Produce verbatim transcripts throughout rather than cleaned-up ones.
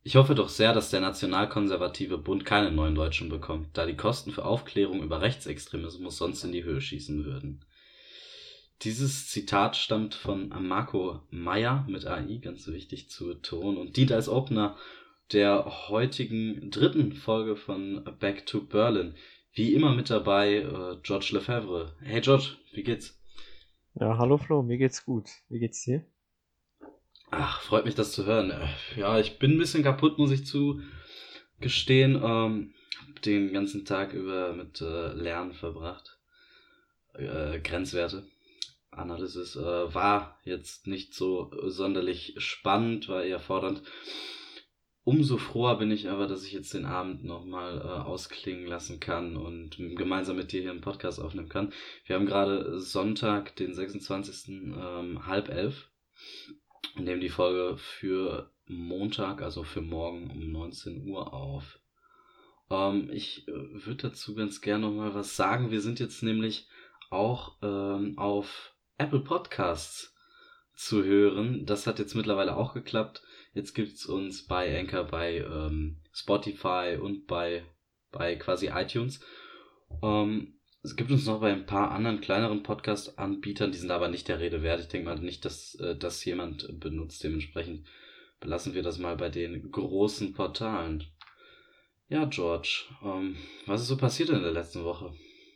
Ich hoffe doch sehr, dass der nationalkonservative Bund keinen neuen Deutschen bekommt, da die Kosten für Aufklärung über Rechtsextremismus sonst in die Höhe schießen würden. Dieses Zitat stammt von Marco Meyer mit A I, ganz wichtig zu betonen, und dient als Opener der heutigen dritten Folge von Back to Berlin. Wie immer mit dabei äh, George Lefebvre. Hey George, wie geht's? Ja, hallo Flo, mir geht's gut. Wie geht's dir? Ach, freut mich, das zu hören. Äh, Ja, ich bin ein bisschen kaputt, muss ich zugestehen. Ähm, hab den ganzen Tag über mit äh, Lernen verbracht. Äh, Grenzwerte. Analysis äh, war jetzt nicht so sonderlich spannend, war eher fordernd. Umso froher bin ich aber, dass ich jetzt den Abend nochmal äh, ausklingen lassen kann und gemeinsam mit dir hier einen Podcast aufnehmen kann. Wir haben gerade Sonntag, den sechsundzwanzigsten Ähm, halb elf. Wir nehmen die Folge für Montag, also für morgen um neunzehn Uhr auf. Ähm, ich äh, würde dazu ganz gerne nochmal was sagen. Wir sind jetzt nämlich auch ähm, auf Apple Podcasts zu hören. Das hat jetzt mittlerweile auch geklappt. Jetzt gibt's uns bei Anchor, bei ähm, Spotify und bei, bei quasi iTunes. Ähm, es gibt uns noch bei ein paar anderen kleineren Podcast-Anbietern, die sind aber nicht der Rede wert. Ich denke mal nicht, dass äh, das jemand benutzt. Dementsprechend belassen wir das mal bei den großen Portalen. Ja, George, ähm, was ist so passiert in der letzten Woche?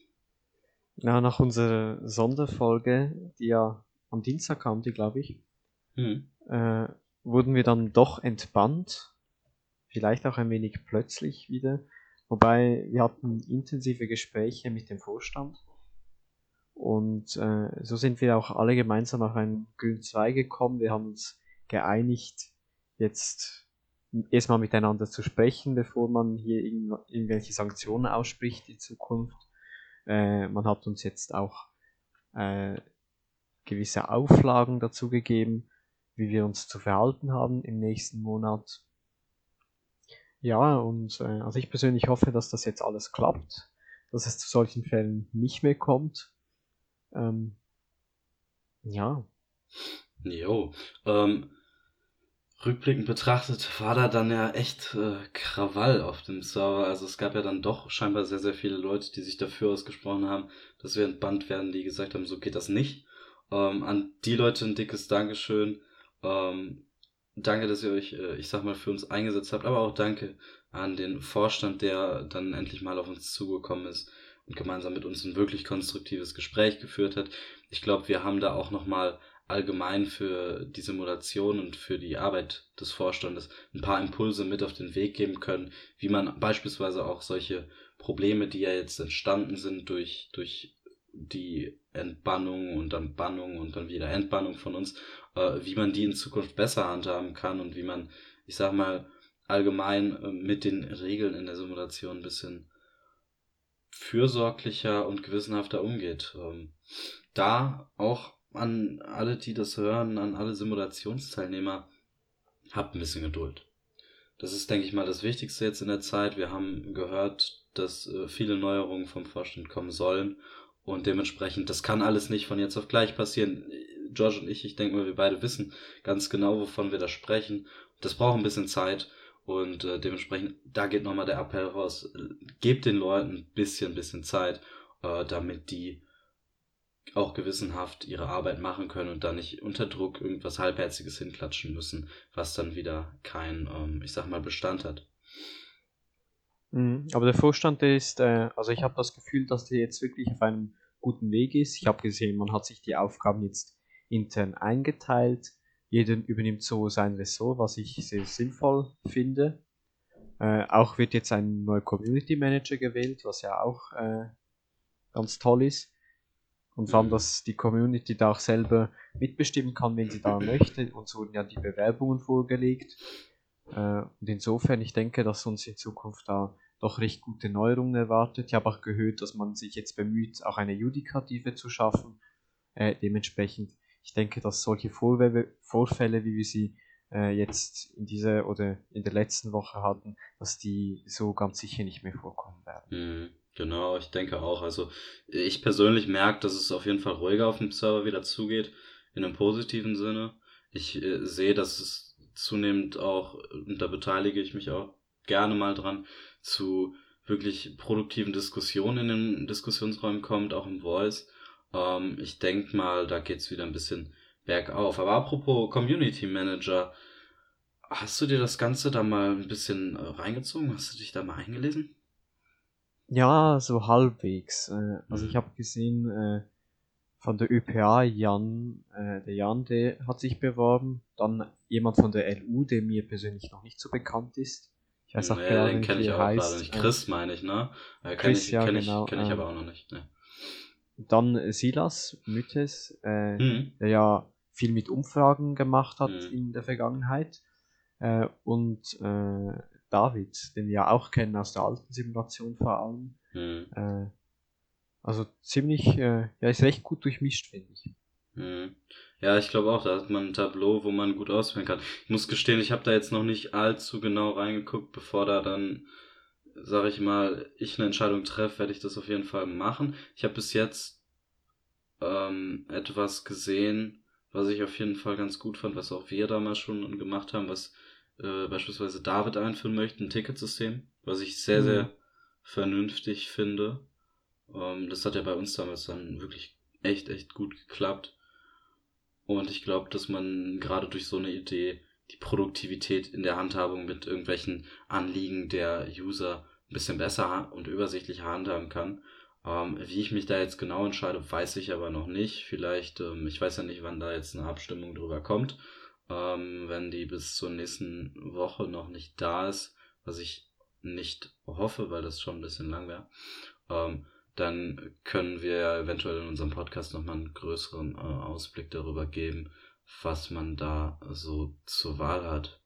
Ja, nach unserer Sonderfolge, die ja am Dienstag kam, die glaube ich, Hm. äh, wurden wir dann doch entbannt. Vielleicht auch ein wenig plötzlich wieder. Wobei wir hatten intensive Gespräche mit dem Vorstand. Und äh, so sind wir auch alle gemeinsam auf einen grünen Zweig gekommen. Wir haben uns geeinigt, jetzt erstmal miteinander zu sprechen, bevor man hier irgendw- irgendwelche Sanktionen ausspricht in Zukunft. Äh, man hat uns jetzt auch äh, gewisse Auflagen dazu gegeben, wie wir uns zu verhalten haben im nächsten Monat. Ja, und äh, also ich persönlich hoffe, dass das jetzt alles klappt, dass es zu solchen Fällen nicht mehr kommt. Ähm, ja, Jo, ähm, rückblickend betrachtet war da dann ja echt äh, Krawall auf dem Server. Also es gab ja dann doch scheinbar sehr, sehr viele Leute, die sich dafür ausgesprochen haben, dass wir entbannt werden, die gesagt haben, so geht das nicht. Ähm, an die Leute ein dickes Dankeschön. Ähm, danke, dass ihr euch, äh, ich sag mal, für uns eingesetzt habt, aber auch danke an den Vorstand, der dann endlich mal auf uns zugekommen ist und gemeinsam mit uns ein wirklich konstruktives Gespräch geführt hat. Ich glaube, wir haben da auch nochmal allgemein für die Simulation und für die Arbeit des Vorstandes ein paar Impulse mit auf den Weg geben können, wie man beispielsweise auch solche Probleme, die ja jetzt entstanden sind durch, durch die Entbannung und dann Bannung und dann wieder Entbannung von uns, äh, wie man die in Zukunft besser handhaben kann und wie man, ich sag mal, allgemein äh, mit den Regeln in der Simulation ein bisschen fürsorglicher und gewissenhafter umgeht. Ähm, da auch an alle, die das hören, an alle Simulationsteilnehmer, habt ein bisschen Geduld. Das ist, denke ich mal, das Wichtigste jetzt in der Zeit. Wir haben gehört, dass äh, viele Neuerungen vom Vorstand kommen sollen und dementsprechend, das kann alles nicht von jetzt auf gleich passieren. George und ich, ich denke mal, wir beide wissen ganz genau, wovon wir da sprechen. Das braucht ein bisschen Zeit und äh, dementsprechend, da geht nochmal der Appell raus. Gebt den Leuten ein bisschen, bisschen Zeit, äh, damit die auch gewissenhaft ihre Arbeit machen können und da nicht unter Druck irgendwas Halbherziges hinklatschen müssen, was dann wieder kein, ähm, ich sag mal, Bestand hat. mhm. Aber der Vorstand, der ist, äh, also ich habe das Gefühl, dass der jetzt wirklich auf einem guten Weg ist. Ich habe gesehen, man hat sich die Aufgaben jetzt intern eingeteilt. Jeder übernimmt so sein Ressort, was ich sehr sinnvoll finde. Äh, auch wird jetzt ein neuer Community Manager gewählt, was ja auch äh, ganz toll ist. Und vor allem, Mhm. dass die Community da auch selber mitbestimmen kann, wenn sie da möchte. Uns wurden ja die Bewerbungen vorgelegt. Äh, und insofern, ich denke, dass uns in Zukunft da doch recht gute Neuerungen erwartet. Ich habe auch gehört, dass man sich jetzt bemüht, auch eine Judikative zu schaffen. Äh, dementsprechend, ich denke, dass solche Vorwürfe, Vorfälle, wie wir sie äh, jetzt in dieser oder in der letzten Woche hatten, dass die so ganz sicher nicht mehr vorkommen werden. Mhm. Genau, ich denke auch. Also ich persönlich merke, dass es auf jeden Fall ruhiger auf dem Server wieder zugeht, in einem positiven Sinne. Ich äh, sehe, dass es zunehmend auch, und da beteilige ich mich auch gerne mal dran, zu wirklich produktiven Diskussionen in den Diskussionsräumen kommt, auch im Voice. Ähm, ich denke mal, da geht's wieder ein bisschen bergauf. Aber apropos Community Manager, hast du dir das Ganze da mal ein bisschen äh, reingezogen? Hast du dich da mal eingelesen? Ja, so halbwegs. Äh, also ich Hm. habe gesehen, äh, von der Ö P A, Jan, äh, der Jan, der hat sich beworben. Dann jemand von der L U, der mir persönlich noch nicht so bekannt ist. Ich weiß auch Nee, gerade den nicht, kenne wie ich er auch gerade heißt. nicht. Äh, Chris meine ich, ne? Äh, kenne Chris, ich, ja, kenne ich, genau. kenne ich Ähm, aber auch noch nicht. Ne. dann äh, Silas Mythes, äh, Hm. der ja viel mit Umfragen gemacht hat Hm. in der Vergangenheit. Äh, und äh, David, den wir auch kennen aus der alten Simulation vor allem. Hm. Äh, also ziemlich, äh, ja, ist recht gut durchmischt, finde ich. Hm. Ja, ich glaube auch, da hat man ein Tableau, wo man gut auswählen kann. Ich muss gestehen, ich habe da jetzt noch nicht allzu genau reingeguckt, bevor da dann, sage ich mal, ich eine Entscheidung treffe, werde ich das auf jeden Fall machen. Ich habe bis jetzt ähm, etwas gesehen, was ich auf jeden Fall ganz gut fand, was auch wir damals schon gemacht haben, was äh, beispielsweise David einführen möchte, ein Ticketsystem, was ich sehr, Mhm. sehr vernünftig finde. Ähm, das hat ja bei uns damals dann wirklich echt, echt gut geklappt. Und ich glaube, dass man gerade durch so eine Idee die Produktivität in der Handhabung mit irgendwelchen Anliegen der User ein bisschen besser und übersichtlicher handhaben kann. Ähm, wie ich mich da jetzt genau entscheide, weiß ich aber noch nicht. Vielleicht, ähm, ich weiß ja nicht, wann da jetzt eine Abstimmung drüber kommt. Ähm, wenn die bis zur nächsten Woche noch nicht da ist, was ich nicht hoffe, weil das schon ein bisschen lang wäre, ähm, dann können wir ja eventuell in unserem Podcast nochmal einen größeren äh, Ausblick darüber geben, was man da so zur Wahl hat.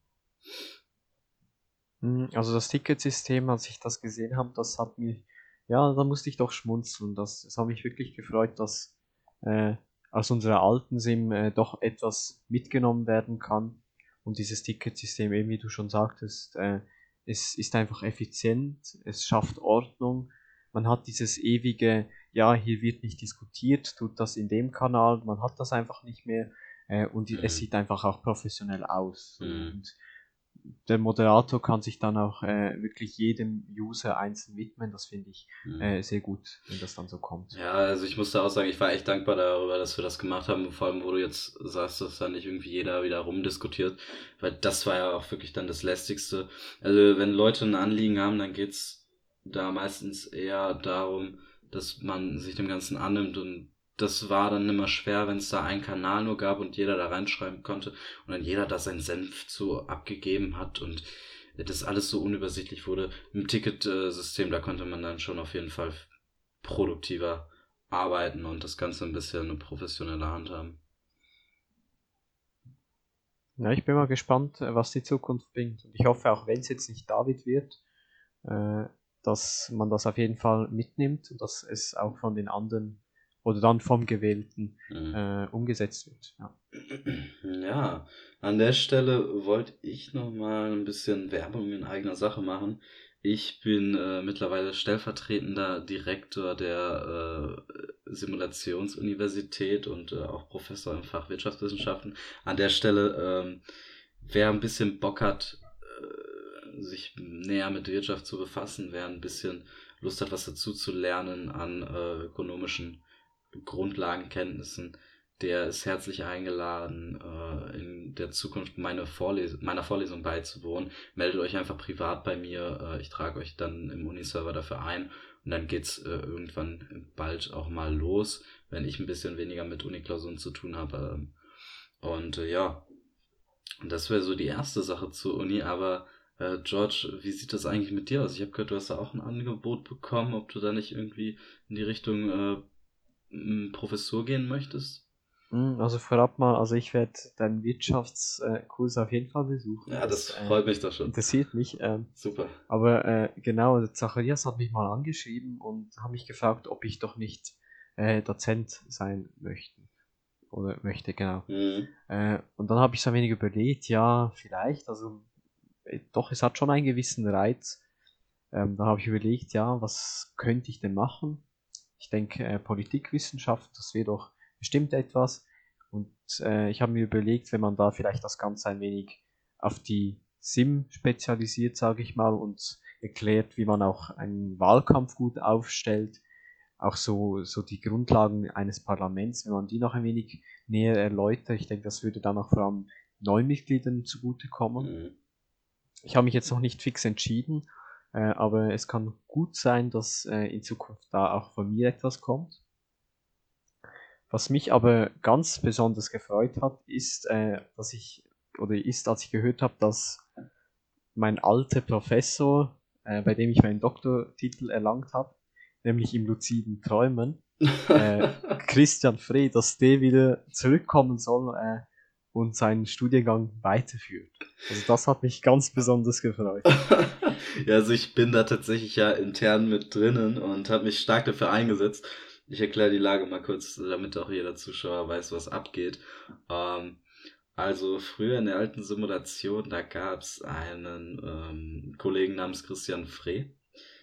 Mhm, also das Ticketsystem, als ich das gesehen habe, das hat mich, ja, da musste ich doch schmunzeln. Das, es hat mich wirklich gefreut, dass äh, aus unserer alten Sim äh, doch etwas mitgenommen werden kann. Und dieses Ticketsystem, eben wie du schon sagtest, äh, es ist einfach effizient, es schafft Ordnung. Man hat dieses ewige, ja, hier wird nicht diskutiert, tut das in dem Kanal, man hat das einfach nicht mehr. Äh, und es Mhm. sieht einfach auch professionell aus. So. Mhm. Und der Moderator kann sich dann auch äh, wirklich jedem User einzeln widmen. Das finde ich Mhm. äh, sehr gut, wenn das dann so kommt. Ja, also ich muss da auch sagen, ich war echt dankbar darüber, dass wir das gemacht haben, vor allem wo du jetzt sagst, dass da nicht irgendwie jeder wieder rumdiskutiert, weil das war ja auch wirklich dann das Lästigste. Also wenn Leute ein Anliegen haben, dann geht's da meistens eher darum, dass man sich dem Ganzen annimmt, und das war dann immer schwer, wenn es da einen Kanal nur gab und jeder da reinschreiben konnte und dann jeder da seinen Senf zu abgegeben hat und das alles so unübersichtlich wurde. Im Ticketsystem, da konnte man dann schon auf jeden Fall produktiver arbeiten und das Ganze ein bisschen eine professionelle Hand haben. Ja, ich bin mal gespannt, äh, was die Zukunft bringt. Und ich hoffe, auch wenn es jetzt nicht David wird, äh, dass man das auf jeden Fall mitnimmt und dass es auch von den anderen oder dann vom Gewählten Mhm. äh, umgesetzt wird. Ja. Ja, an der Stelle wollte ich noch mal ein bisschen Werbung in eigener Sache machen. Ich bin äh, mittlerweile stellvertretender Direktor der äh, Simulationsuniversität und äh, auch Professor im Fach Wirtschaftswissenschaften. An der Stelle, ähm, wer ein bisschen Bock hat, äh, sich näher mit Wirtschaft zu befassen, wer ein bisschen Lust hat, was dazu zu lernen an äh, ökonomischen Grundlagenkenntnissen, der ist herzlich eingeladen, äh, in der Zukunft meine Vorles meiner Vorlesung beizuwohnen. Meldet euch einfach privat bei mir. Äh, ich trage euch dann im Uniserver dafür ein und dann geht's äh, irgendwann bald auch mal los, wenn ich ein bisschen weniger mit Uniklausuren zu tun habe. Und äh, ja, das wäre so die erste Sache zur Uni, aber äh, George, wie sieht das eigentlich mit dir aus? Ich habe gehört, du hast da auch ein Angebot bekommen, ob du da nicht irgendwie in die Richtung äh, m, Professur gehen möchtest? Mm, Also vorab mal, also ich werde deinen Wirtschaftskurs auf jeden Fall besuchen. Ja, Das das äh, freut mich doch schon. interessiert mich. Ähm, Super. Aber äh, genau, also Zacharias hat mich mal angeschrieben und hat mich gefragt, ob ich doch nicht äh, Dozent sein möchte. Oder möchte, genau. Mhm. Äh, und dann habe ich so ein wenig überlegt, ja, vielleicht, also äh, doch, es hat schon einen gewissen Reiz. Ähm, dann habe ich überlegt, ja, was könnte ich denn machen? Ich denke, äh, Politikwissenschaft, das wäre doch bestimmt etwas. Und äh, ich habe mir überlegt, wenn man da vielleicht das Ganze ein wenig auf die Sim spezialisiert, sage ich mal, und erklärt, wie man auch einen Wahlkampf gut aufstellt, auch so, so die Grundlagen eines Parlaments, wenn man die noch ein wenig näher erläutert. Ich denke, das würde dann auch vor allem Neumitgliedern zugutekommen. Mhm. Ich habe mich jetzt noch nicht fix entschieden, äh, aber es kann gut sein, dass äh, in Zukunft da auch von mir etwas kommt. Was mich aber ganz besonders gefreut hat, ist, äh, dass ich, oder ist, als ich gehört habe, dass mein alter Professor, äh, bei dem ich meinen Doktortitel erlangt habe, nämlich im luziden Träumen, äh, Christian Frey, dass der wieder zurückkommen soll äh, und seinen Studiengang weiterführt. Also das hat mich ganz besonders gefreut. Ja, also ich bin da tatsächlich ja intern mit drinnen und habe mich stark dafür eingesetzt. Ich erkläre die Lage mal kurz, damit auch jeder Zuschauer weiß, was abgeht. Ähm, also früher in der alten Simulation, da gab es einen ähm, Kollegen namens Christian Frey,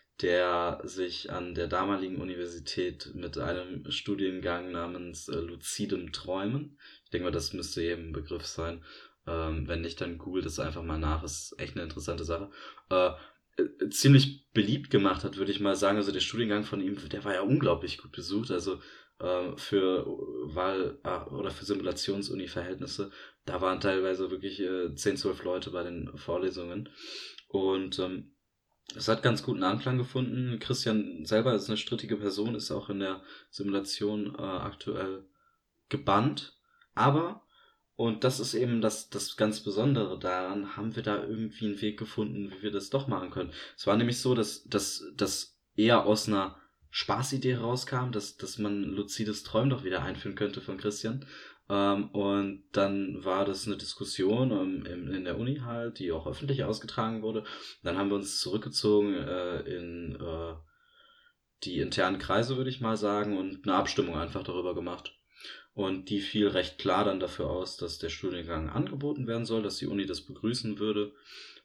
der sich an der damaligen Universität mit einem Studiengang namens äh, luzidem Träumen, ich denke mal, das müsste jedem ein Begriff sein, ähm, wenn nicht, dann googelt es einfach mal nach, ist echt eine interessante Sache, äh, äh, ziemlich beliebt gemacht hat, würde ich mal sagen. Also der Studiengang von ihm, der war ja unglaublich gut besucht, also äh, für Wahl- äh, oder für Simulationsuni-Verhältnisse, da waren teilweise wirklich äh, zehn, zwölf Leute bei den Vorlesungen und ähm, es hat ganz guten Anklang gefunden. Christian selber ist eine strittige Person, ist auch in der Simulation äh, aktuell gebannt. Aber, und das ist eben das, das ganz Besondere daran, haben wir da irgendwie einen Weg gefunden, wie wir das doch machen können. Es war nämlich so, dass dass das eher aus einer Spaßidee rauskam, dass, dass man luzides Träumen doch wieder einführen könnte von Christian. Ähm, und dann war das eine Diskussion ähm, in, in der Uni halt, die auch öffentlich ausgetragen wurde. Dann haben wir uns zurückgezogen äh, in äh, die internen Kreise, würde ich mal sagen, und eine Abstimmung einfach darüber gemacht. Und die fiel recht klar dann dafür aus, dass der Studiengang angeboten werden soll, dass die Uni das begrüßen würde.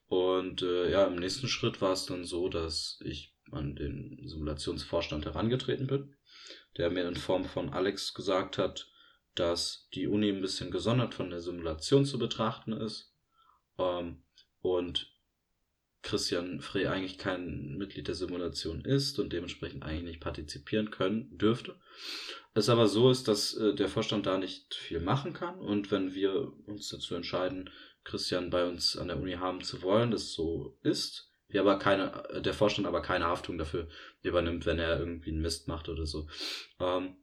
Und äh, ja, im nächsten Schritt war es dann so, dass ich an den Simulationsvorstand herangetreten bin, der mir in Form von Alex gesagt hat, dass die Uni ein bisschen gesondert von der Simulation zu betrachten ist. Ähm, und Christian Frey eigentlich kein Mitglied der Simulation ist und dementsprechend eigentlich nicht partizipieren können dürfte. Es aber so ist, dass äh, der Vorstand da nicht viel machen kann und wenn wir uns dazu entscheiden, Christian bei uns an der Uni haben zu wollen, das so ist, wir aber keine, äh, der Vorstand aber keine Haftung dafür übernimmt, wenn er irgendwie einen Mist macht oder so. Ähm,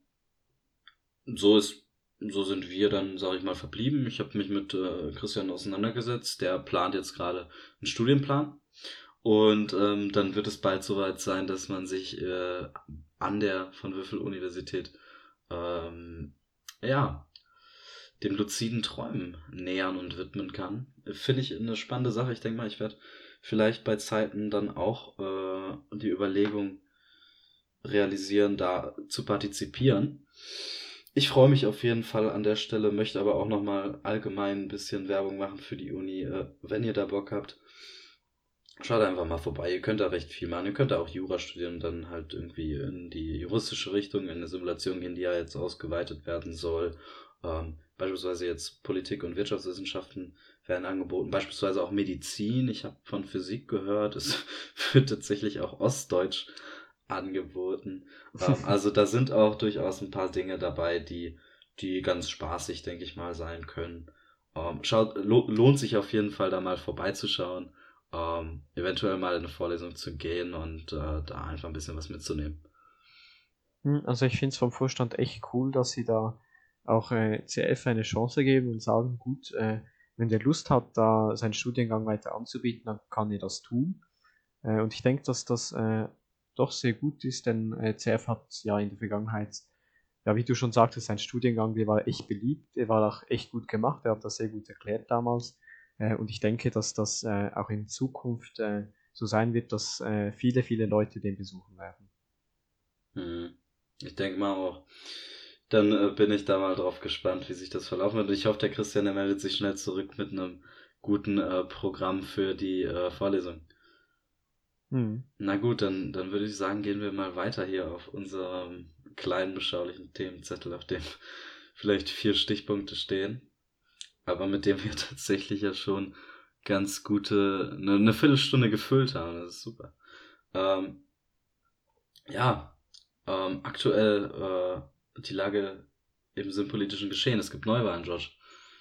so ist so sind wir dann, sage ich mal, verblieben. Ich habe mich mit äh, Christian auseinandergesetzt. Der plant jetzt gerade einen Studienplan. Und ähm, dann wird es bald soweit sein, dass man sich äh, an der von Würfel Universität ähm, ja, dem luziden Träumen nähern und widmen kann. Finde ich eine spannende Sache. Ich denke mal, ich werde vielleicht bei Zeiten dann auch äh, die Überlegung realisieren, da zu partizipieren. Ich freue mich auf jeden Fall an der Stelle, möchte aber auch nochmal allgemein ein bisschen Werbung machen für die Uni. Äh, wenn ihr da Bock habt, schaut einfach mal vorbei. Ihr könnt da recht viel machen. Ihr könnt da auch Jura studieren und dann halt irgendwie in die juristische Richtung, in eine Simulation gehen, die ja jetzt ausgeweitet werden soll. Ähm, beispielsweise jetzt Politik und Wirtschaftswissenschaften werden angeboten. Beispielsweise auch Medizin. Ich habe von Physik gehört. Es wird tatsächlich auch Ostdeutsch angeboten. Ähm, also da sind auch durchaus ein paar Dinge dabei, die, die ganz spaßig, denke ich mal, sein können. Ähm, schaut, lo- lohnt sich auf jeden Fall da mal vorbeizuschauen, ähm, eventuell mal in eine Vorlesung zu gehen und äh, da einfach ein bisschen was mitzunehmen. Hm, Also ich finde es vom Vorstand echt cool, dass sie da auch äh, C F eine Chance geben und sagen, gut, äh, wenn der Lust hat, da seinen Studiengang weiter anzubieten, dann kann er das tun. Äh, und ich denke, dass das äh, doch sehr gut ist, denn äh, C F hat ja in der Vergangenheit, ja, wie du schon sagtest, sein Studiengang, der war echt beliebt, der war auch echt gut gemacht, er hat das sehr gut erklärt damals. Äh, und ich denke, dass das äh, auch in Zukunft äh, so sein wird, dass äh, viele, viele Leute den besuchen werden. Hm. Ich denke mal auch. Dann äh, bin ich da mal drauf gespannt, wie sich das verlaufen wird. Ich hoffe, der Christian, der meldet sich schnell zurück mit einem guten äh, Programm für die äh, Vorlesung. Hm. Na gut, dann, dann würde ich sagen, gehen wir mal weiter hier auf unserem kleinen, beschaulichen Themenzettel, auf dem vielleicht vier Stichpunkte stehen, aber mit dem wir tatsächlich ja schon ganz gute, eine, eine Viertelstunde gefüllt haben. Das ist super. Ähm, ja, ähm, aktuell äh, die Lage im sinnpolitischen Geschehen. Es gibt Neuwahlen, Josh.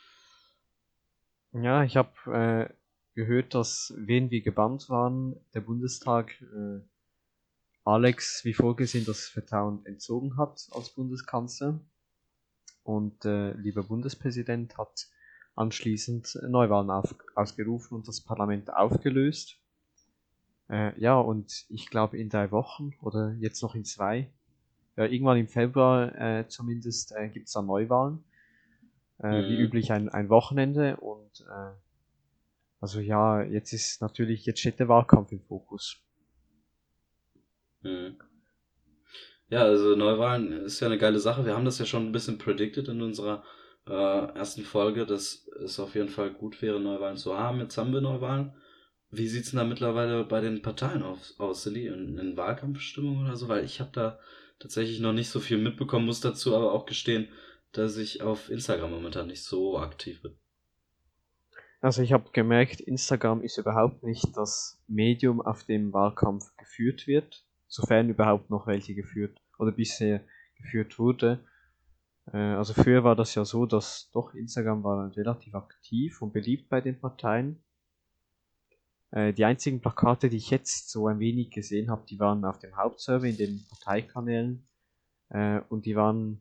Ja, ich habe äh, gehört, dass wen wir gebannt waren, der Bundestag äh, Alex wie vorgesehen das Vertrauen entzogen hat als Bundeskanzler und äh, lieber Bundespräsident hat anschließend Neuwahlen auf, ausgerufen und das Parlament aufgelöst. Äh, ja, und ich glaube in drei Wochen oder jetzt noch in zwei, ja, irgendwann im Februar äh, zumindest äh, gibt es dann Neuwahlen. Äh, wie Mhm. üblich ein, ein Wochenende und äh, also ja, jetzt ist natürlich, jetzt steht der Wahlkampf im Fokus. Mhm. Ja, also Neuwahlen ist ja eine geile Sache. Wir haben das ja schon ein bisschen predicted in unserer äh, ersten Folge, dass es auf jeden Fall gut wäre, Neuwahlen zu haben. Jetzt haben wir Neuwahlen. Wie sieht's denn da mittlerweile bei den Parteien auf, aus? Sind die in, in Wahlkampfstimmung oder so? Weil ich habe da tatsächlich noch nicht so viel mitbekommen, muss dazu aber auch gestehen, dass ich auf Instagram momentan nicht so aktiv bin. Also ich habe gemerkt, Instagram ist überhaupt nicht das Medium, auf dem Wahlkampf geführt wird, sofern überhaupt noch welche geführt oder bisher geführt wurde. Äh, also früher war das ja so, dass doch Instagram war relativ aktiv und beliebt bei den Parteien. Äh, die einzigen Plakate, die ich jetzt so ein wenig gesehen habe, die waren auf dem Hauptserver in den Parteikanälen äh, und die waren,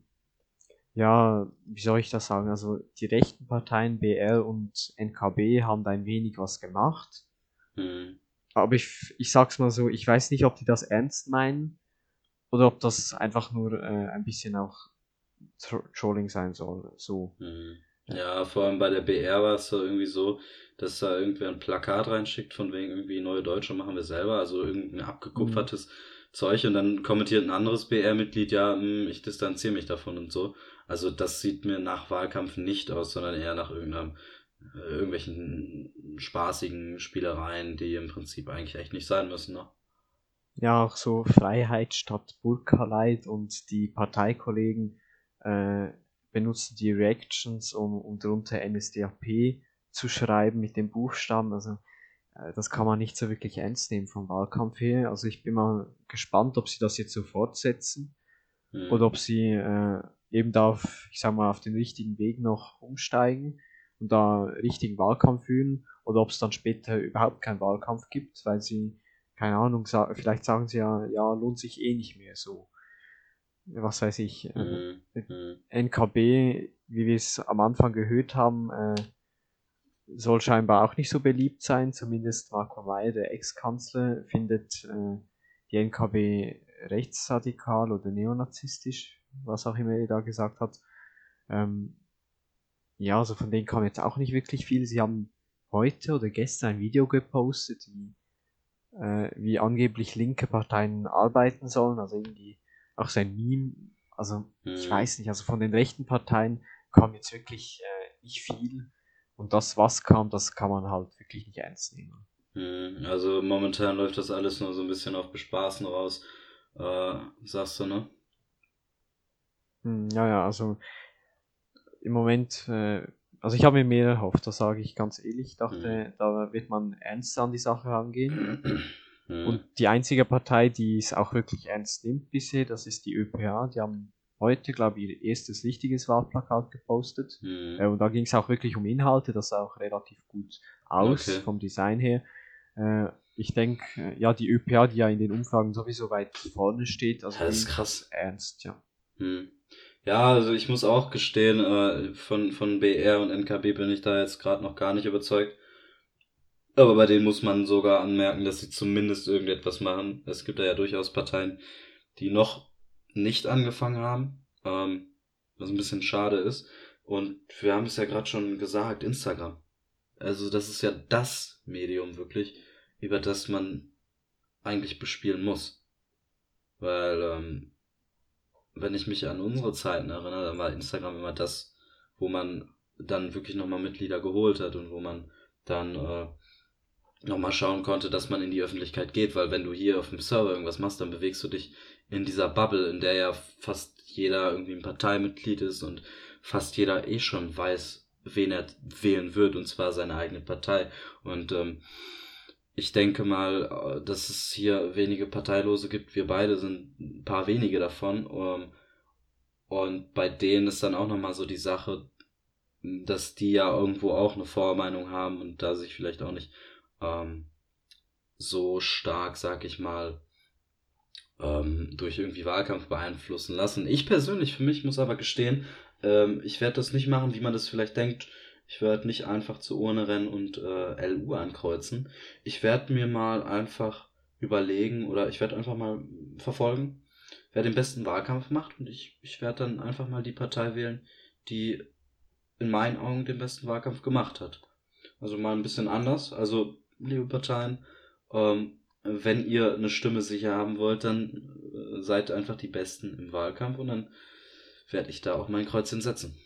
ja, wie soll ich das sagen, also die rechten Parteien B R und N K B haben da ein wenig was gemacht. Hm. Aber ich, ich sag's mal so, ich weiß nicht, ob die das ernst meinen oder ob das einfach nur äh, ein bisschen auch Tro- Trolling sein soll. So. Hm. Ja. Ja, vor allem bei der B R war es so irgendwie so, dass da irgendwer ein Plakat reinschickt, von wegen irgendwie Neue Deutsche machen wir selber, also irgendein Mhm. abgekupfertes Zeug und dann kommentiert ein anderes B R-Mitglied, ja, hm, ich distanziere mich davon und so. Also das sieht mir nach Wahlkampf nicht aus, sondern eher nach irgendeinem, äh, irgendwelchen spaßigen Spielereien, die im Prinzip eigentlich echt nicht sein müssen, ne? Ja, auch so Freiheit statt Burka-Light und die Parteikollegen äh, benutzen die Reactions, um, um drunter N S D A P zu schreiben mit den Buchstaben. Also äh, das kann man nicht so wirklich ernst nehmen vom Wahlkampf her. Also ich bin mal gespannt, ob sie das jetzt so fortsetzen oder Hm. ob sie äh, eben da auf, ich sag mal, auf den richtigen Weg noch umsteigen und da richtigen Wahlkampf führen oder ob es dann später überhaupt keinen Wahlkampf gibt, weil sie, keine Ahnung, sa vielleicht sagen sie ja, ja, lohnt sich eh nicht mehr so. Was weiß ich, Hm. äh, Hm. N K B, wie wir es am Anfang gehört haben, äh, soll scheinbar auch nicht so beliebt sein. Zumindest Marco May, der Ex-Kanzler, findet äh, die N K B rechtsradikal oder neonazistisch, was auch immer er da gesagt hat. Ähm, ja, also von denen kam jetzt auch nicht wirklich viel. Sie haben heute oder gestern ein Video gepostet, wie, äh, wie angeblich linke Parteien arbeiten sollen. Also irgendwie auch so ein Meme. Also ich Hm. weiß nicht, also von den rechten Parteien kam jetzt wirklich äh, nicht viel. Und das, was kam, das kann man halt wirklich nicht ernst nehmen. Hm. Also momentan läuft das alles nur so ein bisschen auf Bespaßen raus, äh, sagst du, ne? Hm, ja, ja, also im Moment, äh, also ich habe mir mehr erhofft, das sage ich ganz ehrlich. Ich Hm. dachte, da wird man ernst an die Sache rangehen. Hm. Und die einzige Partei, die es auch wirklich ernst nimmt bisher, das ist die ÖPA. Die haben heute, glaube ich, ihr erstes richtiges Wahlplakat gepostet. Äh, Hm. und da ging es auch wirklich um Inhalte, das sah auch relativ gut aus Okay. vom Design her. Äh, ich denke, äh, ja, die ÖPA, die ja in den Umfragen sowieso weit vorne steht, also Ja, das die ist nimmt das krass. ernst, ja. Hm. Ja, also ich muss auch gestehen, äh, von, von B R und N K B bin ich da jetzt gerade noch gar nicht überzeugt. Aber bei denen muss man sogar anmerken, dass sie zumindest irgendetwas machen. Es gibt da ja durchaus Parteien, die noch nicht angefangen haben, ähm, was ein bisschen schade ist. Und wir haben es ja gerade schon gesagt, Instagram. Also das ist ja das Medium wirklich, über das man eigentlich bespielen muss. Weil, ähm, wenn ich mich an unsere Zeiten erinnere, dann war Instagram immer das, wo man dann wirklich nochmal Mitglieder geholt hat und wo man dann äh, nochmal schauen konnte, dass man in die Öffentlichkeit geht, weil wenn du hier auf dem Server irgendwas machst, dann bewegst du dich in dieser Bubble, in der ja fast jeder irgendwie ein Parteimitglied ist und fast jeder eh schon weiß, wen er wählen wird, und zwar seine eigene Partei. Und ähm, ich denke mal, dass es hier wenige Parteilose gibt. Wir beide sind ein paar wenige davon. Ähm, und bei denen ist dann auch nochmal so die Sache, dass die ja irgendwo auch eine Vormeinung haben und da sich vielleicht auch nicht ähm, so stark, sag ich mal, ähm, durch irgendwie Wahlkampf beeinflussen lassen. Ich persönlich, für mich, muss aber gestehen, ähm, ich werde das nicht machen, wie man das vielleicht denkt. Ich werde nicht einfach zur Urne rennen und äh, L U ankreuzen. Ich werde mir mal einfach überlegen oder ich werde einfach mal verfolgen, wer den besten Wahlkampf macht, und ich, ich werde dann einfach mal die Partei wählen, die in meinen Augen den besten Wahlkampf gemacht hat. Also mal ein bisschen anders. Also, liebe Parteien, ähm, wenn ihr eine Stimme sicher haben wollt, dann äh, seid einfach die Besten im Wahlkampf, und dann werde ich da auch mein Kreuzchen setzen.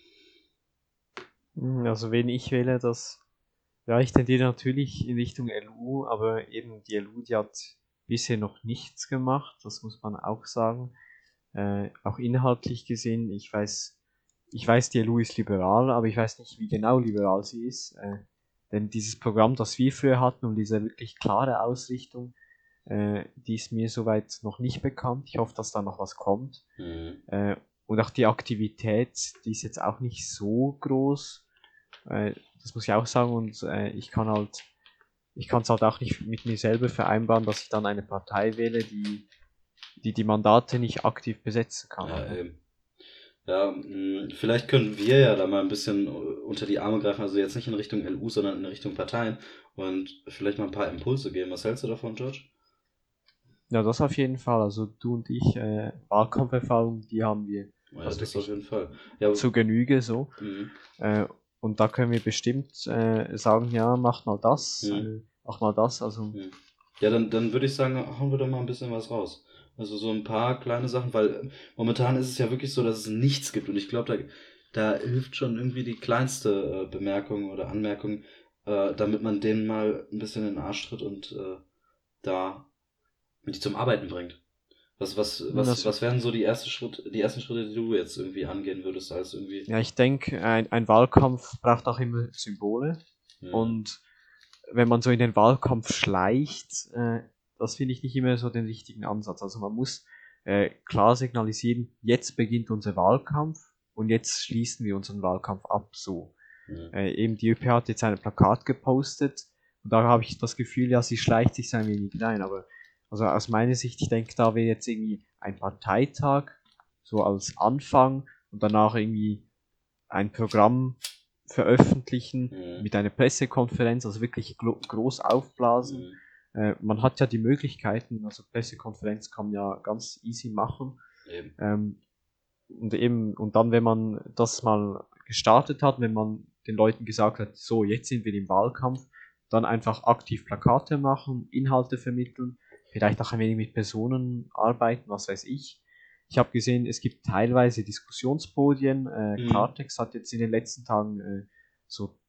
Also wen ich wähle, das, ja, ich tendiere natürlich in Richtung L U, aber eben die L U, die hat bisher noch nichts gemacht, das muss man auch sagen. Äh, auch inhaltlich gesehen, ich weiß, ich weiß, die L U ist liberal, aber ich weiß nicht, wie genau liberal sie ist. Äh, denn dieses Programm, das wir früher hatten und diese wirklich klare Ausrichtung, äh, die ist mir soweit noch nicht bekannt. Ich hoffe, dass da noch was kommt. Mhm. Äh, und auch die Aktivität, die ist jetzt auch nicht so groß. Äh, das muss ich auch sagen. Und äh, ich kann halt, ich kann es halt auch nicht mit mir selber vereinbaren, dass ich dann eine Partei wähle, die die, die Mandate nicht aktiv besetzen kann. Ja, Oder? eben. Ja, mh, vielleicht können wir ja da mal ein bisschen äh, unter die Arme greifen, also jetzt nicht in Richtung L U, sondern in Richtung Parteien, und vielleicht mal ein paar Impulse geben. Was hältst du davon, George? Ja, das auf jeden Fall. Also du und ich, äh, Wahlkampferfahrung, die haben wir Ja, also das auf wirklich jeden Fall. Ja, zu Genüge so. mh, Äh, und da können wir bestimmt äh, sagen, ja, mach mal das, mh. äh, mach mal das. Also Hm. Ja, dann, dann würde ich sagen, hauen wir doch mal ein bisschen was raus. Also so ein paar kleine Sachen, weil äh, momentan ist es ja wirklich so, dass es nichts gibt. Und ich glaube, da, da hilft schon irgendwie die kleinste äh, Bemerkung oder Anmerkung, äh, damit man denen mal ein bisschen in den Arsch tritt und äh, da die zum Arbeiten bringt. Was, was, was, das, was wären so die erste Schritt, die ersten Schritte, die du jetzt irgendwie angehen würdest, als irgendwie. ja, ich denke, ein, ein Wahlkampf braucht auch immer Symbole. Hm, Und wenn man so in den Wahlkampf schleicht, äh, das finde ich nicht immer so den richtigen Ansatz. Also man muss äh, klar signalisieren, jetzt beginnt unser Wahlkampf und jetzt schließen wir unseren Wahlkampf ab. So. hm, Äh, eben die ÖP hat jetzt ein Plakat gepostet und da habe ich das Gefühl, ja, sie schleicht sich so ein wenig rein. Aber also aus meiner Sicht, ich denke, da wäre jetzt irgendwie ein Parteitag so als Anfang und danach irgendwie ein Programm veröffentlichen hm, mit einer Pressekonferenz, also wirklich gro groß aufblasen. hm, Äh, man hat ja die Möglichkeiten, also Pressekonferenz kann man ja ganz easy machen. eben. Ähm, und eben, und dann, wenn man das mal gestartet hat, wenn man den Leuten gesagt hat, so, jetzt sind wir im Wahlkampf, dann einfach aktiv Plakate machen, Inhalte vermitteln, vielleicht auch ein wenig mit Personen arbeiten, was weiß ich. Ich habe gesehen, es gibt teilweise Diskussionspodien. Äh, Hm, Klartext hat jetzt in den letzten Tagen äh, so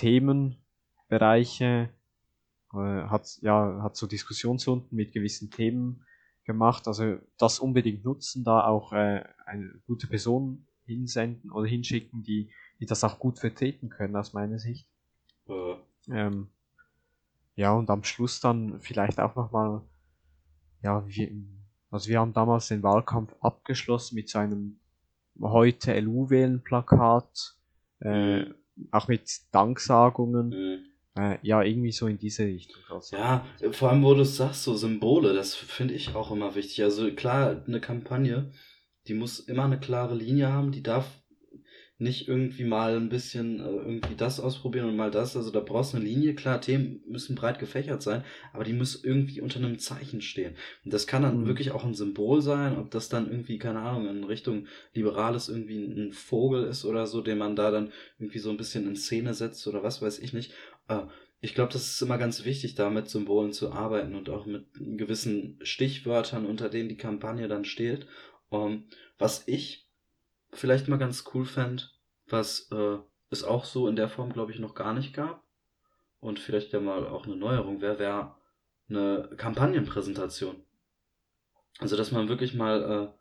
Themenbereiche, äh, hat, ja, hat so Diskussionsrunden mit gewissen Themen gemacht. Also das unbedingt nutzen, da auch äh, eine gute Person hinsenden oder hinschicken, die, die das auch gut vertreten können aus meiner Sicht. äh, Ähm, ja, und am Schluss dann vielleicht auch nochmal, ja, wir, also wir haben damals den Wahlkampf abgeschlossen mit so einem heute L U wählen Plakat, äh, hm, auch mit Danksagungen, hm. äh, ja, irgendwie so in diese Richtung. Also. Ja, vor allem, wo du es sagst, so Symbole, das finde ich auch immer wichtig. Also klar, eine Kampagne, die muss immer eine klare Linie haben, die darf nicht irgendwie mal ein bisschen äh, irgendwie das ausprobieren und mal das. Also da brauchst du eine Linie. Klar, Themen müssen breit gefächert sein, aber die muss irgendwie unter einem Zeichen stehen. Und das kann dann Hm. wirklich auch ein Symbol sein, ob das dann irgendwie, keine Ahnung, in Richtung Liberales irgendwie ein Vogel ist oder so, den man da dann irgendwie so ein bisschen in Szene setzt oder was weiß ich nicht. Äh, ich glaube, das ist immer ganz wichtig, da mit Symbolen zu arbeiten und auch mit gewissen Stichwörtern, unter denen die Kampagne dann steht. Um, was ich vielleicht mal ganz cool fände, was äh, es auch so in der Form, glaube ich, noch gar nicht gab und vielleicht ja mal auch eine Neuerung wäre, wäre eine Kampagnenpräsentation. Also, dass man wirklich mal äh,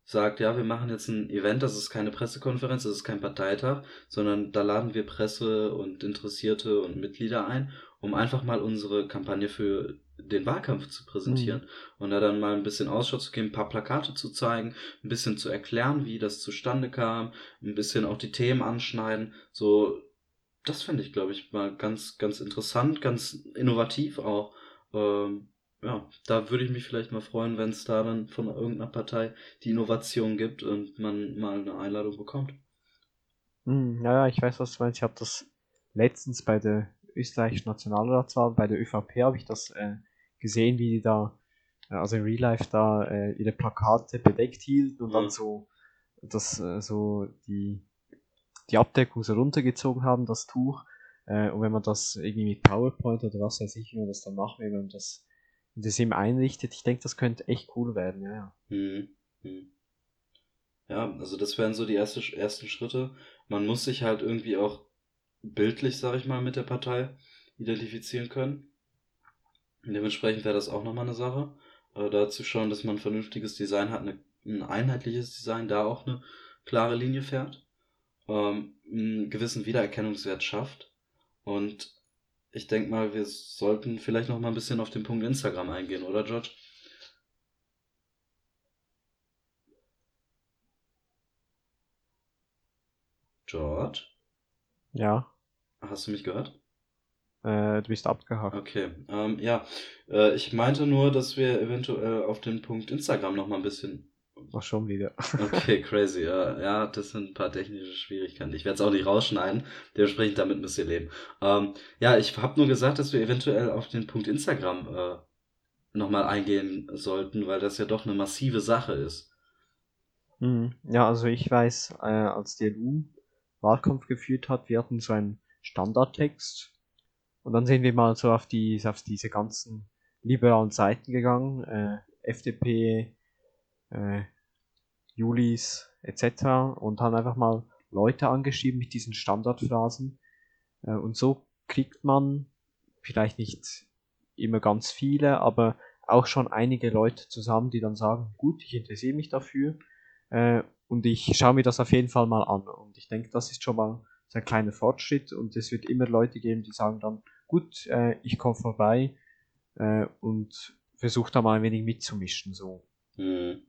sagt, ja, wir machen jetzt ein Event, das ist keine Pressekonferenz, das ist kein Parteitag, sondern da laden wir Presse und Interessierte und Mitglieder ein, um einfach mal unsere Kampagne für den Wahlkampf zu präsentieren Mhm. und da dann mal ein bisschen Ausschau zu geben, ein paar Plakate zu zeigen, ein bisschen zu erklären, wie das zustande kam, ein bisschen auch die Themen anschneiden, so, das finde ich, glaube ich, mal ganz, ganz interessant, ganz innovativ auch. Ähm, ja, da würde ich mich vielleicht mal freuen, wenn es da dann von irgendeiner Partei die Innovation gibt und man mal eine Einladung bekommt. Mhm. Ja, ja, ich weiß, was du meinst. Ich habe das letztens bei der österreichischen Nationalratswahl, bei der ÖVP habe ich das äh, gesehen, wie die da, äh, also in Real Life da äh, ihre Plakate bedeckt hielten und dann Ja. so das äh, so die die Abdeckung so runtergezogen haben, das Tuch. Äh, und wenn man das irgendwie mit PowerPoint oder was weiß ich, wie man das dann macht, wenn man das in das Sim einrichtet, ich denke, das könnte echt cool werden, ja, ja. Hm. Hm. Ja, also das wären so die erste, ersten Schritte. Man muss sich halt irgendwie auch bildlich, sag ich mal, mit der Partei identifizieren können. Dementsprechend wäre das auch nochmal eine Sache. Äh, da zu schauen, dass man ein vernünftiges Design hat, eine, ein einheitliches Design, da auch eine klare Linie fährt, ähm, einen gewissen Wiedererkennungswert schafft. Und ich denke mal, wir sollten vielleicht noch mal ein bisschen auf den Punkt Instagram eingehen, oder George? George? Ja, Hast du mich gehört? äh, du bist abgehakt. Okay, ähm, ja, äh, ich meinte nur, dass wir eventuell auf den Punkt Instagram noch mal ein bisschen. Ach, schon wieder. Okay, crazy. Ja, ja, das sind ein paar technische Schwierigkeiten. Ich werde es auch nicht rausschneiden. Dementsprechend damit müsst ihr leben. Ähm, ja, ich habe nur gesagt, dass wir eventuell auf den Punkt Instagram äh, nochmal eingehen sollten, weil das ja doch eine massive Sache ist. Mhm. Ja, also ich weiß, äh, als die L U Wahlkampf geführt hat, wir hatten so einen Standardtext und dann sind wir mal so auf die auf diese ganzen liberalen Seiten gegangen, äh, F D P, äh, Julis et cetera und haben einfach mal Leute angeschrieben mit diesen Standardphrasen. Äh, und so kriegt man vielleicht nicht immer ganz viele, aber auch schon einige Leute zusammen, die dann sagen, gut, ich interessiere mich dafür äh, und ich schaue mir das auf jeden Fall mal an. Und ich denke, das ist schon mal so ein kleiner Fortschritt und es wird immer Leute geben, die sagen dann, gut, äh, ich komme vorbei äh, und versuche da mal ein wenig mitzumischen. So. Hm.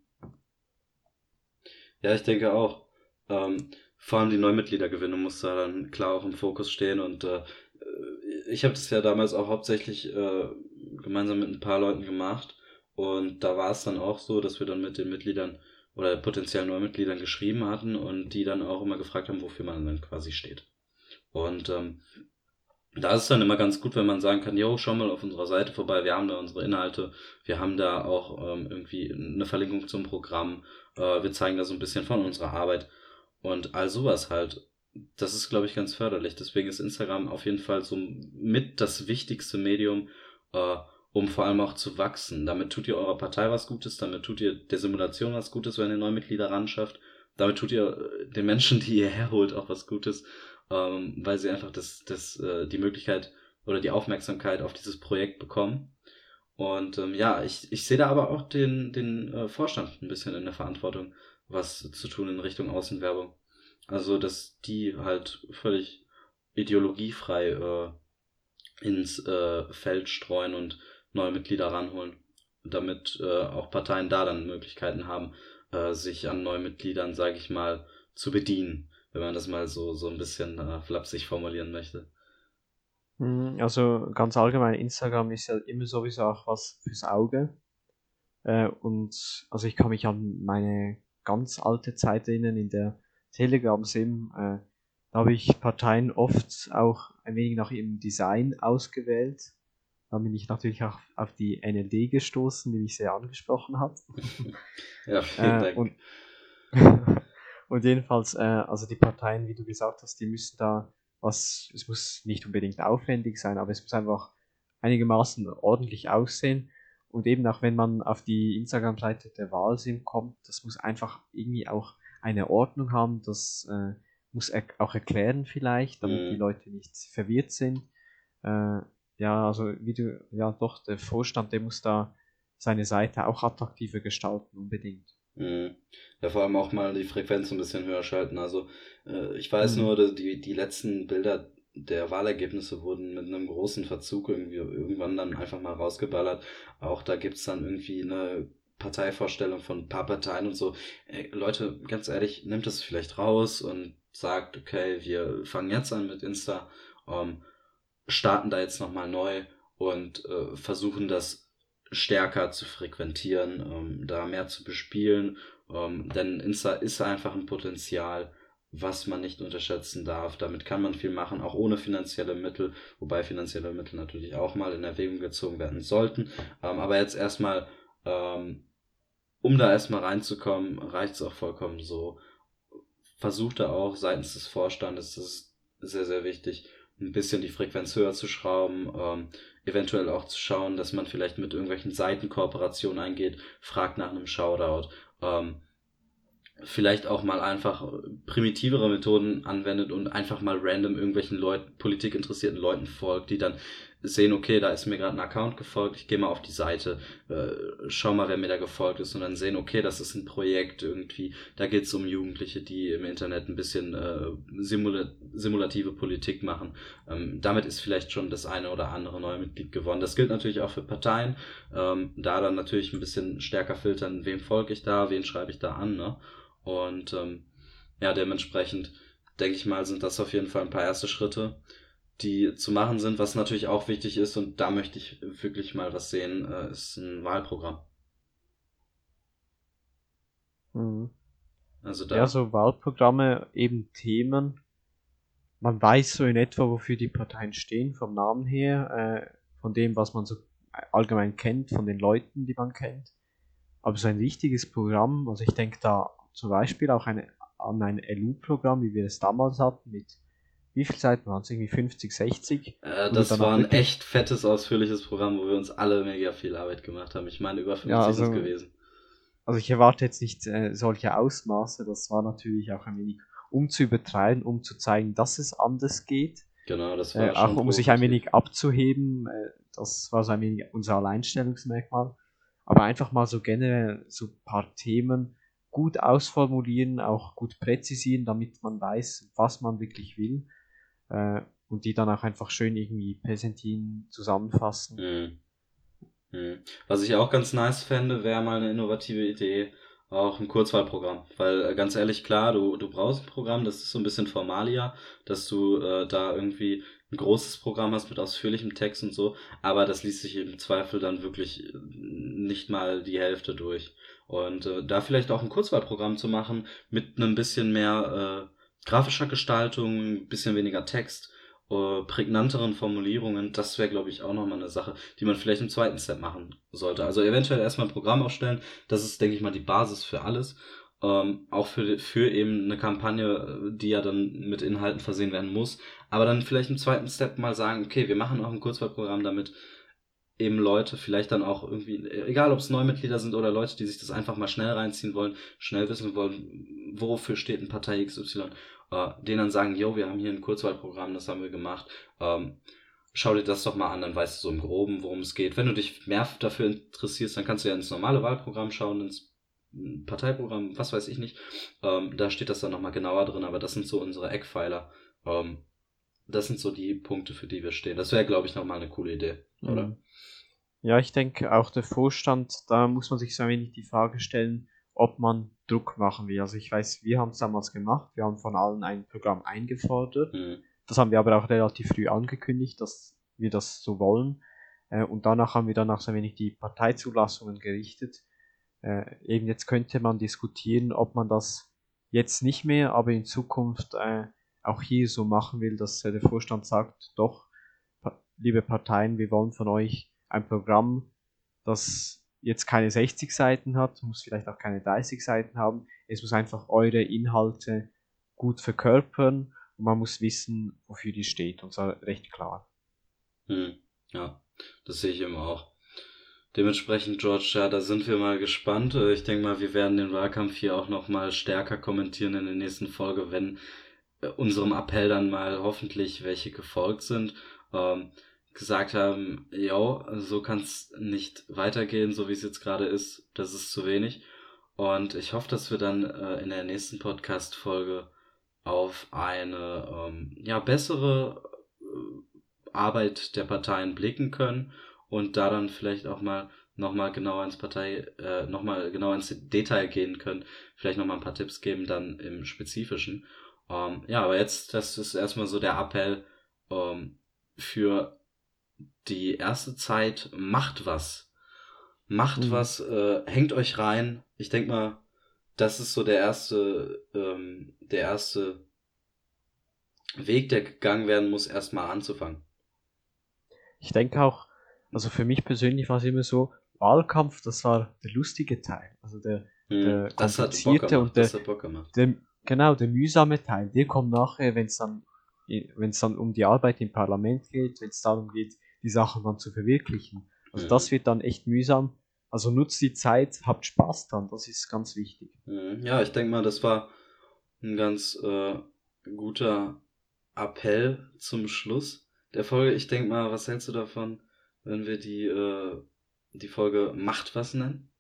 Ja, ich denke auch. Ähm, vor allem die Neumitgliedergewinnung muss da dann klar auch im Fokus stehen und äh, ich habe das ja damals auch hauptsächlich äh, gemeinsam mit ein paar Leuten gemacht und da war es dann auch so, dass wir dann mit den Mitgliedern oder potenziellen Neumitgliedern geschrieben hatten und die dann auch immer gefragt haben, wofür man dann quasi steht. Und ähm, da ist es dann immer ganz gut, wenn man sagen kann, jo, schau mal auf unserer Seite vorbei, wir haben da unsere Inhalte, wir haben da auch ähm, irgendwie eine Verlinkung zum Programm, äh, wir zeigen da so ein bisschen von unserer Arbeit und all sowas halt. Das ist, glaube ich, ganz förderlich. Deswegen ist Instagram auf jeden Fall so mit das wichtigste Medium, äh, um vor allem auch zu wachsen. Damit tut ihr eurer Partei was Gutes, damit tut ihr der Simulation was Gutes, wenn ihr neue Mitglieder ranschafft. Damit tut ihr äh, den Menschen, die ihr herholt, auch was Gutes, ähm, weil sie einfach das, das, äh, die Möglichkeit oder die Aufmerksamkeit auf dieses Projekt bekommen. Und ähm, ja, ich, ich sehe da aber auch den, den äh, Vorstand ein bisschen in der Verantwortung, was zu tun in Richtung Außenwerbung. Also, dass die halt völlig ideologiefrei äh, ins äh, Feld streuen und neue Mitglieder ranholen, damit äh, auch Parteien da dann Möglichkeiten haben, äh, sich an neuen Mitgliedern, sage ich mal, zu bedienen, wenn man das mal so, so ein bisschen äh, flapsig formulieren möchte. Mhm. Also ganz allgemein, Instagram ist ja immer sowieso auch was fürs Auge. Äh, und also ich kann mich an meine ganz alte Zeit erinnern in der Telegram-Sim. Äh, da habe ich Parteien oft auch ein wenig nach ihrem Design ausgewählt. Da bin ich natürlich auch auf die N L D gestoßen, die mich sehr angesprochen hat. Ja, vielen Äh, Dank. und, und jedenfalls, äh, also die Parteien, wie du gesagt hast, die müssen da was, es muss nicht unbedingt aufwendig sein, aber es muss einfach einigermaßen ordentlich aussehen. Und eben auch wenn man auf die Instagram-Seite der Wahlsim kommt, das muss einfach irgendwie auch eine Ordnung haben, das äh, muss er auch erklären vielleicht, damit die Mhm. Leute nicht verwirrt sind. Äh, ja, also wie du, ja doch, der Vorstand, der muss da seine Seite auch attraktiver gestalten, unbedingt. Mhm. Ja, vor allem auch mal die Frequenz ein bisschen höher schalten. Also äh, ich weiß Mhm. nur, dass die, die letzten Bilder der Wahlergebnisse wurden mit einem großen Verzug irgendwie irgendwann dann einfach mal rausgeballert. Auch da gibt's dann irgendwie eine Parteivorstellung von ein paar Parteien und so. Ey, Leute, ganz ehrlich, nehmt das vielleicht raus und sagt, okay, wir fangen jetzt an mit Insta, ähm, starten da jetzt nochmal neu und äh, versuchen das stärker zu frequentieren, ähm, da mehr zu bespielen, ähm, denn Insta ist einfach ein Potenzial, was man nicht unterschätzen darf. Damit kann man viel machen, auch ohne finanzielle Mittel, wobei finanzielle Mittel natürlich auch mal in Erwägung gezogen werden sollten. Ähm, aber jetzt erstmal, ähm, um da erstmal reinzukommen, reicht es auch vollkommen so. Versucht da auch seitens des Vorstandes, das ist sehr, sehr wichtig, ein bisschen die Frequenz höher zu schrauben, ähm, eventuell auch zu schauen, dass man vielleicht mit irgendwelchen Seitenkooperationen eingeht, fragt nach einem Shoutout, ähm, vielleicht auch mal einfach primitivere Methoden anwendet und einfach mal random irgendwelchen Leuten, politikinteressierten Leuten folgt, die dann sehen, okay, da ist mir gerade ein Account gefolgt, ich gehe mal auf die Seite, äh, schau mal, wer mir da gefolgt ist und dann sehen, okay, das ist ein Projekt irgendwie, da geht es um Jugendliche, die im Internet ein bisschen äh, simula simulative Politik machen. Ähm, damit ist vielleicht schon das eine oder andere neue Mitglied gewonnen. Das gilt natürlich auch für Parteien, ähm, da dann natürlich ein bisschen stärker filtern, wem folge ich da, wen schreibe ich da an, ne? Und ähm, ja, dementsprechend denke ich mal, sind das auf jeden Fall ein paar erste Schritte, die zu machen sind. Was natürlich auch wichtig ist, und da möchte ich wirklich mal was sehen, äh, ist ein Wahlprogramm. Mhm. Also Ja, da, so Wahlprogramme, eben Themen. Man weiß so in etwa, wofür die Parteien stehen, vom Namen her, äh, von dem, was man so allgemein kennt, von den Leuten, die man kennt. Aber so ein richtiges Programm, also ich denke da zum Beispiel auch eine, an ein L U-Programm, wie wir es damals hatten, mit wie viel Seiten waren es? Irgendwie fünfzig, sechzig, äh, wo du das dann war auch ein echt wirklich, fettes, ausführliches Programm, wo wir uns alle mega viel Arbeit gemacht haben. Ich meine, über ja, fünfzig sind es also, gewesen. also ich erwarte jetzt nicht äh, solche Ausmaße, das war natürlich auch ein wenig, um zu übertreiben, um zu zeigen, dass es anders geht, Genau, das äh, war auch schon um sich ein provokativ. wenig abzuheben, äh, das war so ein wenig unser Alleinstellungsmerkmal. Aber einfach mal so generell so ein paar Themen gut ausformulieren, auch gut präzisieren, damit man weiß, was man wirklich will, äh, und die dann auch einfach schön irgendwie präsentieren, zusammenfassen. Mhm. Hm. Was ich auch ganz nice fände, wäre mal eine innovative Idee, auch ein Kurzwahlprogramm. Weil äh, ganz ehrlich, klar, du, du brauchst ein Programm, das ist so ein bisschen Formalia, dass du äh, da irgendwie ein großes Programm hast mit ausführlichem Text und so, aber das liest sich im Zweifel dann wirklich äh, nicht mal die Hälfte durch. Und äh, da vielleicht auch ein Kurzwahlprogramm zu machen mit einem bisschen mehr äh, grafischer Gestaltung, ein bisschen weniger Text, äh, prägnanteren Formulierungen, das wäre, glaube ich, auch nochmal eine Sache, die man vielleicht im zweiten Step machen sollte. Also eventuell erstmal ein Programm aufstellen. Das ist, denke ich mal, die Basis für alles. Ähm, auch für, für eben eine Kampagne, die ja dann mit Inhalten versehen werden muss. Aber dann vielleicht im zweiten Step mal sagen, okay, wir machen auch ein Kurzwahlprogramm, damit eben Leute vielleicht dann auch irgendwie, egal ob es Neumitglieder sind oder Leute, die sich das einfach mal schnell reinziehen wollen, schnell wissen wollen, wofür steht eine Partei X Y, äh, denen dann sagen, yo, wir haben hier ein Kurzwahlprogramm, das haben wir gemacht, ähm, schau dir das doch mal an, dann weißt du so im Groben, worum es geht. Wenn du dich mehr dafür interessierst, dann kannst du ja ins normale Wahlprogramm schauen, ins Parteiprogramm, was weiß ich nicht. Ähm, da steht das dann nochmal genauer drin, aber das sind so unsere Eckpfeiler. Ähm, das sind so die Punkte, für die wir stehen. Das wäre, glaube ich, nochmal eine coole Idee, oder? Mhm. Ja, ich denke auch der Vorstand, da muss man sich so ein wenig die Frage stellen, ob man Druck machen will. Also ich weiß, wir haben es damals gemacht, wir haben von allen ein Programm eingefordert. Mhm. Das haben wir aber auch relativ früh angekündigt, dass wir das so wollen. Äh, Und danach haben wir dann auch so ein wenig die Parteizulassungen gerichtet. Äh, Eben jetzt könnte man diskutieren, ob man das jetzt nicht mehr, aber in Zukunft äh, auch hier so machen will, dass äh, der Vorstand sagt, doch, Pa- liebe Parteien, wir wollen von euch ein Programm, das jetzt keine sechzig Seiten hat, muss vielleicht auch keine dreißig Seiten haben. Es muss einfach eure Inhalte gut verkörpern und man muss wissen, wofür die steht, und zwar recht klar. Hm, ja, das sehe ich eben auch. Dementsprechend, George, ja, da sind wir mal gespannt. Äh, Ich denke mal, wir werden den Wahlkampf hier auch noch mal stärker kommentieren in der nächsten Folge, wenn äh, unserem Appell dann mal hoffentlich welche gefolgt sind. Ähm, gesagt haben, jo, so kann es nicht weitergehen, so wie es jetzt gerade ist. Das ist zu wenig. Und ich hoffe, dass wir dann äh, in der nächsten Podcast-Folge auf eine ähm, ja, bessere äh, Arbeit der Parteien blicken können und da dann vielleicht auch mal nochmal genauer ins Partei, äh, nochmal genauer ins Detail gehen können, vielleicht nochmal ein paar Tipps geben dann im Spezifischen. Ähm, ja, aber jetzt, das ist erstmal so der Appell ähm, für die erste Zeit, macht was. Macht Mhm. was, äh, hängt euch rein. Ich denke mal, das ist so der erste, ähm, der erste Weg, der gegangen werden muss, erstmal anzufangen. Ich denke auch, also für mich persönlich war es immer so, Wahlkampf, das war der lustige Teil. Also der, Hm, der das hat Bock komplizierte gemacht, und der, das hat Bock gemacht. der, genau, der mühsame Teil, der kommt nachher, wenn es dann, wenn es dann um die Arbeit im Parlament geht, wenn es darum geht, die Sachen dann zu verwirklichen. Also das Mhm. wird dann echt mühsam. Also nutzt die Zeit, habt Spaß dran, das ist ganz wichtig. Mhm. Ja, ich denke mal, das war ein ganz äh, guter Appell zum Schluss der Folge. Ich denke mal, was hältst du davon, wenn wir die, äh, die Folge Macht was nennen?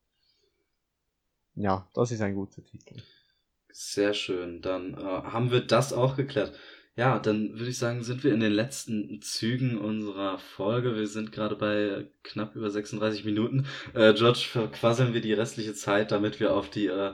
Ja, das ist ein guter Titel. Sehr schön. Dann äh, haben wir das auch geklärt. Ja, dann würde ich sagen, sind wir in den letzten Zügen unserer Folge. Wir sind gerade bei knapp über sechsunddreißig Minuten. Äh, George, verquasseln wir die restliche Zeit, damit wir auf die äh,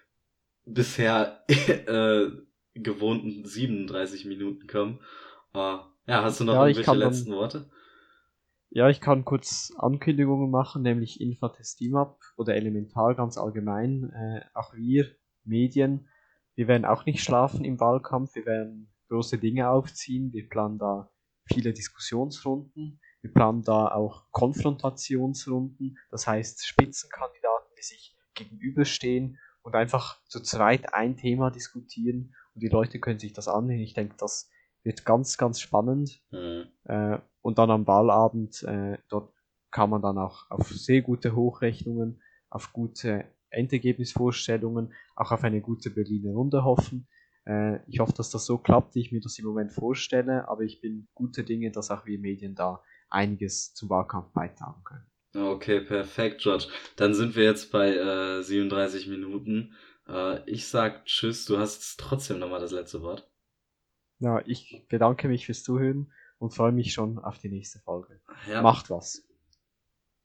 bisher äh, gewohnten siebenunddreißig Minuten kommen. Äh, ja, hast du noch Ja, ich irgendwelche kann dann letzten Worte? Ja, ich kann kurz Ankündigungen machen, nämlich Infratest Team-Up oder Elementar ganz allgemein. Äh, auch wir, Medien, wir werden auch nicht schlafen im Wahlkampf. Wir werden große Dinge aufziehen. Wir planen da viele Diskussionsrunden. Wir planen da auch Konfrontationsrunden. Das heißt Spitzenkandidaten, die sich gegenüberstehen und einfach zu zweit ein Thema diskutieren. Und die Leute können sich das anhören. Ich denke, das wird ganz, ganz spannend. Hm. Äh, und dann am Wahlabend, äh, dort kann man dann auch auf sehr gute Hochrechnungen, auf gute Endergebnisvorstellungen, auch auf eine gute Berliner Runde hoffen. Äh, ich hoffe, dass das so klappt, wie ich mir das im Moment vorstelle, aber ich bin guter Dinge, dass auch wir Medien da einiges zum Wahlkampf beitragen können. Okay, perfekt, George. Dann sind wir jetzt bei äh, siebenunddreißig Minuten. Äh, ich sag Tschüss, du hast trotzdem nochmal das letzte Wort. Ja, ich bedanke mich fürs Zuhören und freue mich schon auf die nächste Folge. Ja, Macht was!